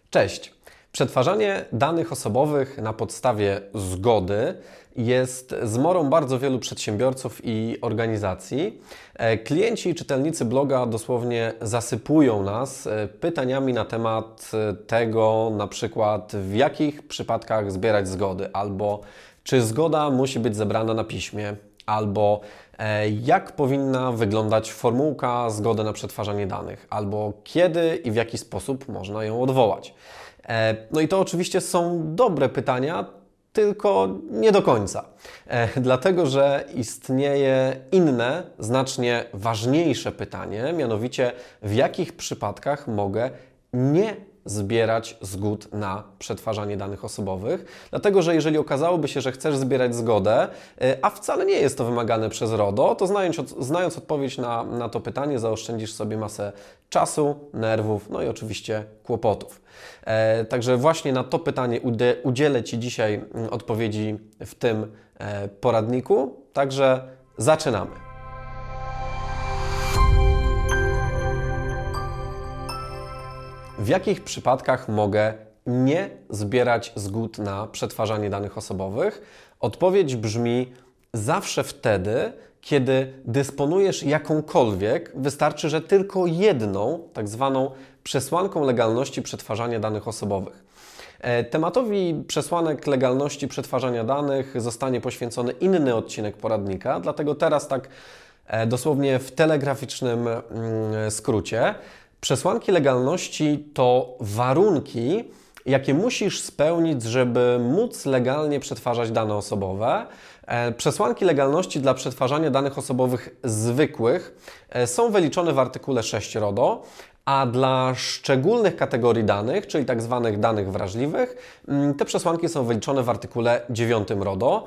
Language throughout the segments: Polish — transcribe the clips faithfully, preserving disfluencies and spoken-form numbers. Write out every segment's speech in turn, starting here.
Cześć! Przetwarzanie danych osobowych na podstawie zgody jest zmorą bardzo wielu przedsiębiorców i organizacji. Klienci i czytelnicy bloga dosłownie zasypują nas pytaniami na temat tego, na przykład w jakich przypadkach zbierać zgody, albo czy zgoda musi być zebrana na piśmie, albo jak powinna wyglądać formułka zgody na przetwarzanie danych, albo kiedy i w jaki sposób można ją odwołać. No i to oczywiście są dobre pytania, tylko nie do końca. Dlatego, że istnieje inne, znacznie ważniejsze pytanie, mianowicie w jakich przypadkach mogę nie zbierać zgód na przetwarzanie danych osobowych. Dlatego, że jeżeli okazałoby się, że chcesz zbierać zgodę, a wcale nie jest to wymagane przez RODO, to znając, znając odpowiedź na, na to pytanie, zaoszczędzisz sobie masę czasu, nerwów, no i oczywiście kłopotów. E, także właśnie na to pytanie udzielę Ci dzisiaj odpowiedzi w tym e, poradniku. Także zaczynamy. W jakich przypadkach mogę nie zbierać zgód na przetwarzanie danych osobowych? Odpowiedź brzmi zawsze wtedy, kiedy dysponujesz jakąkolwiek, wystarczy, że tylko jedną, tak zwaną przesłanką legalności przetwarzania danych osobowych. Tematowi przesłanek legalności przetwarzania danych zostanie poświęcony inny odcinek poradnika, dlatego teraz tak dosłownie w telegraficznym skrócie. Przesłanki legalności to warunki, jakie musisz spełnić, żeby móc legalnie przetwarzać dane osobowe. Przesłanki legalności dla przetwarzania danych osobowych zwykłych są wyliczone w artykule sześć RODO, a dla szczególnych kategorii danych, czyli tak zwanych danych wrażliwych, te przesłanki są wyliczone w artykule dziewięć RODO.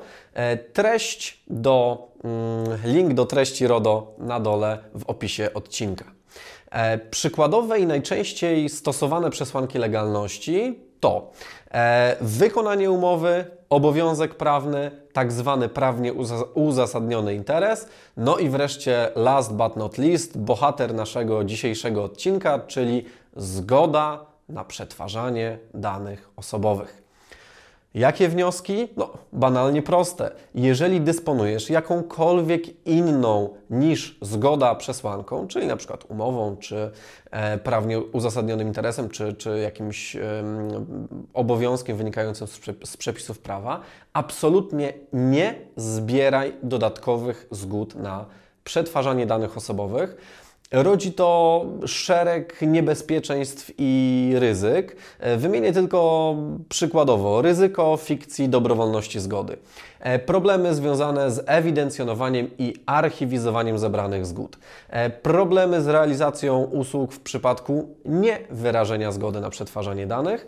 Treść do, link do treści RODO na dole w opisie odcinka. Przykładowe i najczęściej stosowane przesłanki legalności to wykonanie umowy, obowiązek prawny, tak zwany prawnie uzasadniony interes, no i wreszcie last but not least, bohater naszego dzisiejszego odcinka, czyli zgoda na przetwarzanie danych osobowych. Jakie wnioski? No, banalnie proste. Jeżeli dysponujesz jakąkolwiek inną niż zgoda przesłanką, czyli na przykład umową, czy e, prawnie uzasadnionym interesem, czy, czy jakimś e, obowiązkiem wynikającym z, z przepisów prawa, absolutnie nie zbieraj dodatkowych zgód na przetwarzanie danych osobowych. Rodzi to szereg niebezpieczeństw i ryzyk. Wymienię tylko przykładowo ryzyko fikcji dobrowolności zgody. Problemy związane z ewidencjonowaniem i archiwizowaniem zebranych zgód. Problemy z realizacją usług w przypadku niewyrażenia zgody na przetwarzanie danych.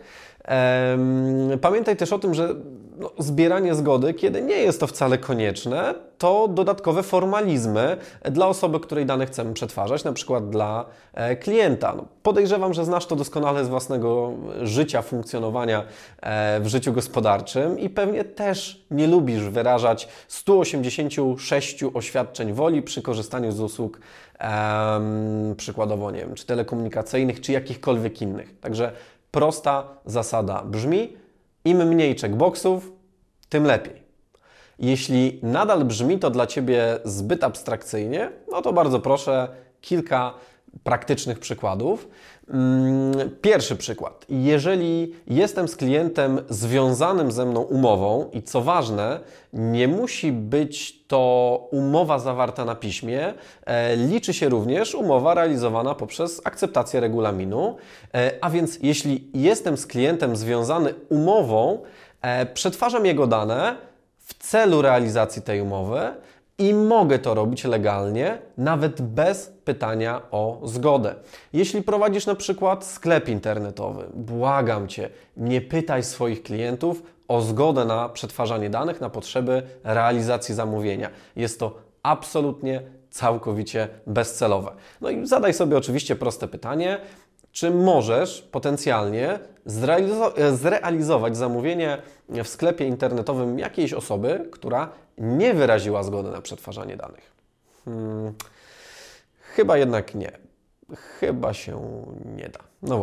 Pamiętaj też o tym, że no, zbieranie zgody, kiedy nie jest to wcale konieczne, to dodatkowe formalizmy dla osoby, której dane chcemy przetwarzać, na przykład dla klienta. No, podejrzewam, że znasz to doskonale z własnego życia, funkcjonowania w życiu gospodarczym i pewnie też nie lubisz wyrażać stu osiemdziesięciu sześciu oświadczeń woli przy korzystaniu z usług um, przykładowo, nie wiem, czy telekomunikacyjnych, czy jakichkolwiek innych. Także prosta zasada brzmi, im mniej checkboxów, tym lepiej. Jeśli nadal brzmi to dla Ciebie zbyt abstrakcyjnie, no to bardzo proszę kilka praktycznych przykładów. Pierwszy przykład. Jeżeli jestem z klientem związanym ze mną umową i co ważne, nie musi być to umowa zawarta na piśmie, liczy się również umowa realizowana poprzez akceptację regulaminu, a więc jeśli jestem z klientem związany umową, przetwarzam jego dane w celu realizacji tej umowy i mogę to robić legalnie, nawet bez pytania o zgodę. Jeśli prowadzisz na przykład sklep internetowy, błagam Cię, nie pytaj swoich klientów o zgodę na przetwarzanie danych na potrzeby realizacji zamówienia. Jest to absolutnie, całkowicie bezcelowe. No i zadaj sobie oczywiście proste pytanie, czy możesz potencjalnie zrealizo- zrealizować zamówienie w sklepie internetowym jakiejś osoby, która nie wyraziła zgody na przetwarzanie danych? Hmm, chyba jednak nie. Chyba się nie da. No właśnie.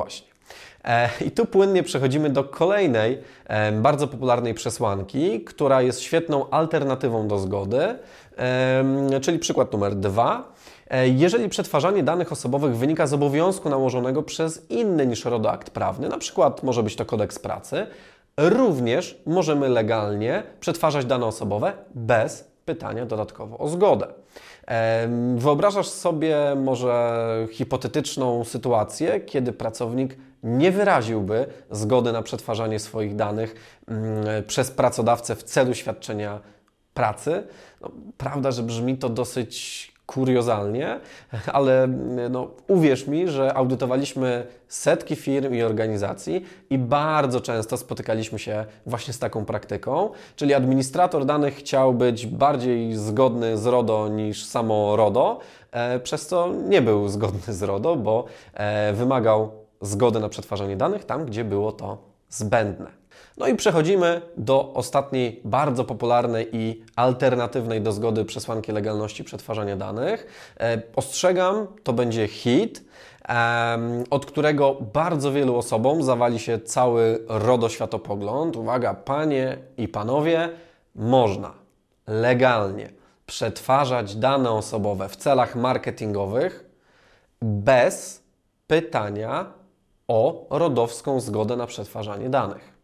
I tu płynnie przechodzimy do kolejnej bardzo popularnej przesłanki, która jest świetną alternatywą do zgody, czyli przykład numer dwa. Jeżeli przetwarzanie danych osobowych wynika z obowiązku nałożonego przez inny niż RODO akt prawny, na przykład może być to kodeks pracy, również możemy legalnie przetwarzać dane osobowe bez pytania dodatkowo o zgodę. Wyobrażasz sobie może hipotetyczną sytuację, kiedy pracownik nie wyraziłby zgody na przetwarzanie swoich danych przez pracodawcę w celu świadczenia pracy? No, prawda, że brzmi to dosyć kuriozalnie, ale no, uwierz mi, że audytowaliśmy setki firm i organizacji i bardzo często spotykaliśmy się właśnie z taką praktyką, czyli administrator danych chciał być bardziej zgodny z RODO niż samo RODO, e, przez co nie był zgodny z RODO, bo e, wymagał zgody na przetwarzanie danych tam, gdzie było to zbędne. No i przechodzimy do ostatniej, bardzo popularnej i alternatywnej do zgody przesłanki legalności przetwarzania danych. E, ostrzegam, to będzie hit, e, od którego bardzo wielu osobom zawali się cały RODO światopogląd. Uwaga, panie i panowie, można legalnie przetwarzać dane osobowe w celach marketingowych bez pytania o rodowską zgodę na przetwarzanie danych.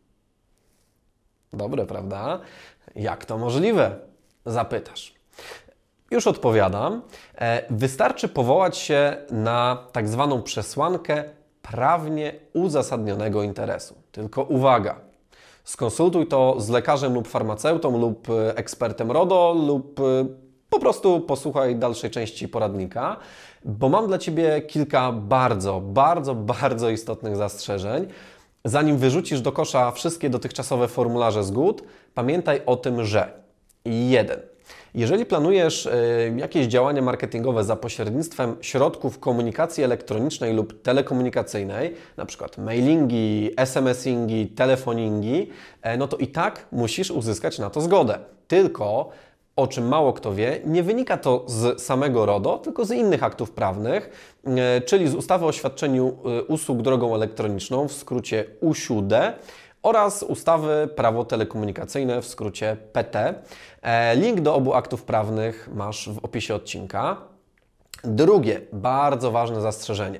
Dobre, prawda? Jak to możliwe? Zapytasz. Już odpowiadam. Wystarczy powołać się na tak zwaną przesłankę prawnie uzasadnionego interesu. Tylko uwaga, skonsultuj to z lekarzem lub farmaceutą lub ekspertem RODO lub po prostu posłuchaj dalszej części poradnika, bo mam dla Ciebie kilka bardzo, bardzo, bardzo istotnych zastrzeżeń. Zanim wyrzucisz do kosza wszystkie dotychczasowe formularze zgód, pamiętaj o tym, że jeden. Jeżeli planujesz y, jakieś działania marketingowe za pośrednictwem środków komunikacji elektronicznej lub telekomunikacyjnej, na przykład mailingi, SMSingi, telefoningi, y, no to i tak musisz uzyskać na to zgodę. Tylko, o czym mało kto wie, nie wynika to z samego RODO, tylko z innych aktów prawnych, czyli z ustawy o świadczeniu usług drogą elektroniczną, w skrócie U S I D, oraz ustawy Prawo telekomunikacyjne, w skrócie P T. Link do obu aktów prawnych masz w opisie odcinka. Drugie, bardzo ważne zastrzeżenie.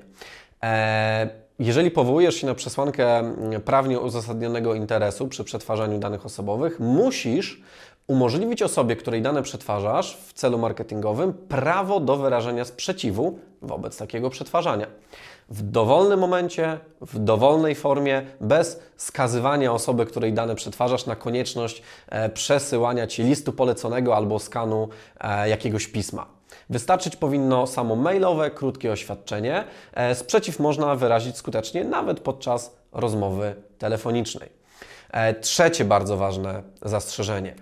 Jeżeli powołujesz się na przesłankę prawnie uzasadnionego interesu przy przetwarzaniu danych osobowych, musisz umożliwić osobie, której dane przetwarzasz w celu marketingowym, prawo do wyrażenia sprzeciwu wobec takiego przetwarzania. W dowolnym momencie, w dowolnej formie, bez skazywania osoby, której dane przetwarzasz, na konieczność e, przesyłania Ci listu poleconego albo skanu e, jakiegoś pisma. Wystarczyć powinno samo mailowe, krótkie oświadczenie. E, sprzeciw można wyrazić skutecznie nawet podczas rozmowy telefonicznej. E, trzecie bardzo ważne zastrzeżenie.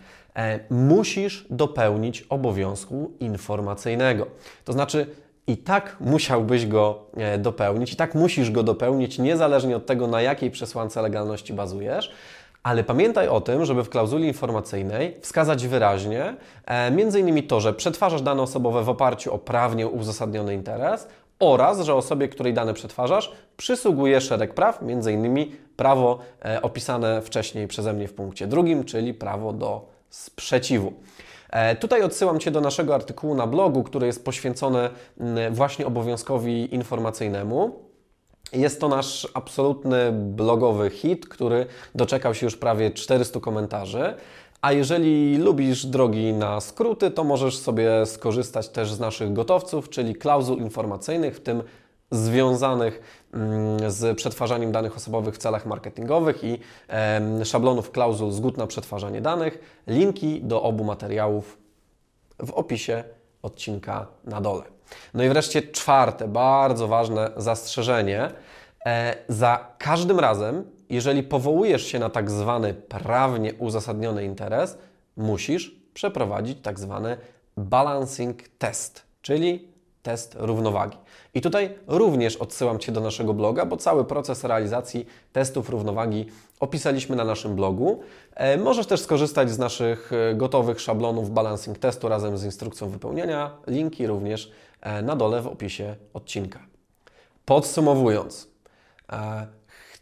Musisz dopełnić obowiązku informacyjnego. To znaczy, i tak musiałbyś go dopełnić, i tak musisz go dopełnić, niezależnie od tego, na jakiej przesłance legalności bazujesz, ale pamiętaj o tym, żeby w klauzuli informacyjnej wskazać wyraźnie e, między innymi to, że przetwarzasz dane osobowe w oparciu o prawnie uzasadniony interes oraz, że osobie, której dane przetwarzasz, przysługuje szereg praw, między innymi prawo e, opisane wcześniej przeze mnie w punkcie drugim, czyli prawo do sprzeciwu. E, tutaj odsyłam Cię do naszego artykułu na blogu, który jest poświęcony m, właśnie obowiązkowi informacyjnemu. Jest to nasz absolutny blogowy hit, który doczekał się już prawie czterystu komentarzy. A jeżeli lubisz drogi na skróty, to możesz sobie skorzystać też z naszych gotowców, czyli klauzul informacyjnych, w tym związanych z przetwarzaniem danych osobowych w celach marketingowych i e, szablonów klauzul zgód na przetwarzanie danych. Linki do obu materiałów w opisie odcinka na dole. No i wreszcie czwarte, bardzo ważne zastrzeżenie. E, za każdym razem, jeżeli powołujesz się na tak zwany prawnie uzasadniony interes, musisz przeprowadzić tak zwany balancing test, czyli test równowagi. I tutaj również odsyłam Cię do naszego bloga, bo cały proces realizacji testów równowagi opisaliśmy na naszym blogu. E, możesz też skorzystać z naszych gotowych szablonów balancing testu razem z instrukcją wypełniania. Linki również e, na dole w opisie odcinka. Podsumowując, e,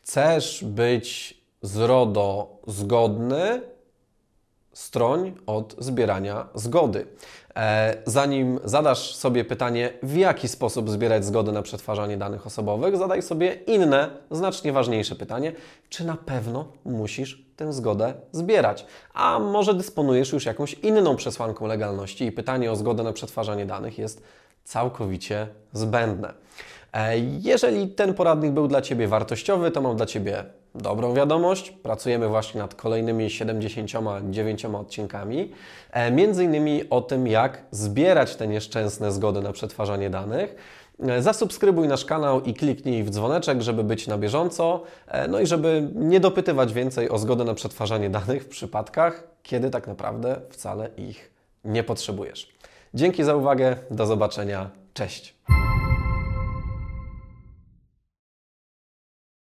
chcesz być z RODO zgodny, stroń od zbierania zgody. Zanim zadasz sobie pytanie, w jaki sposób zbierać zgodę na przetwarzanie danych osobowych, zadaj sobie inne, znacznie ważniejsze pytanie, czy na pewno musisz tę zgodę zbierać? A może dysponujesz już jakąś inną przesłanką legalności i pytanie o zgodę na przetwarzanie danych jest całkowicie zbędne. Jeżeli ten poradnik był dla Ciebie wartościowy, to mam dla Ciebie dobrą wiadomość. Pracujemy właśnie nad kolejnymi siedemdziesięcioma dziewięcioma odcinkami. Między innymi o tym, jak zbierać te nieszczęsne zgody na przetwarzanie danych. Zasubskrybuj nasz kanał i kliknij w dzwoneczek, żeby być na bieżąco, no i żeby nie dopytywać więcej o zgodę na przetwarzanie danych w przypadkach, kiedy tak naprawdę wcale ich nie potrzebujesz. Dzięki za uwagę, do zobaczenia, cześć!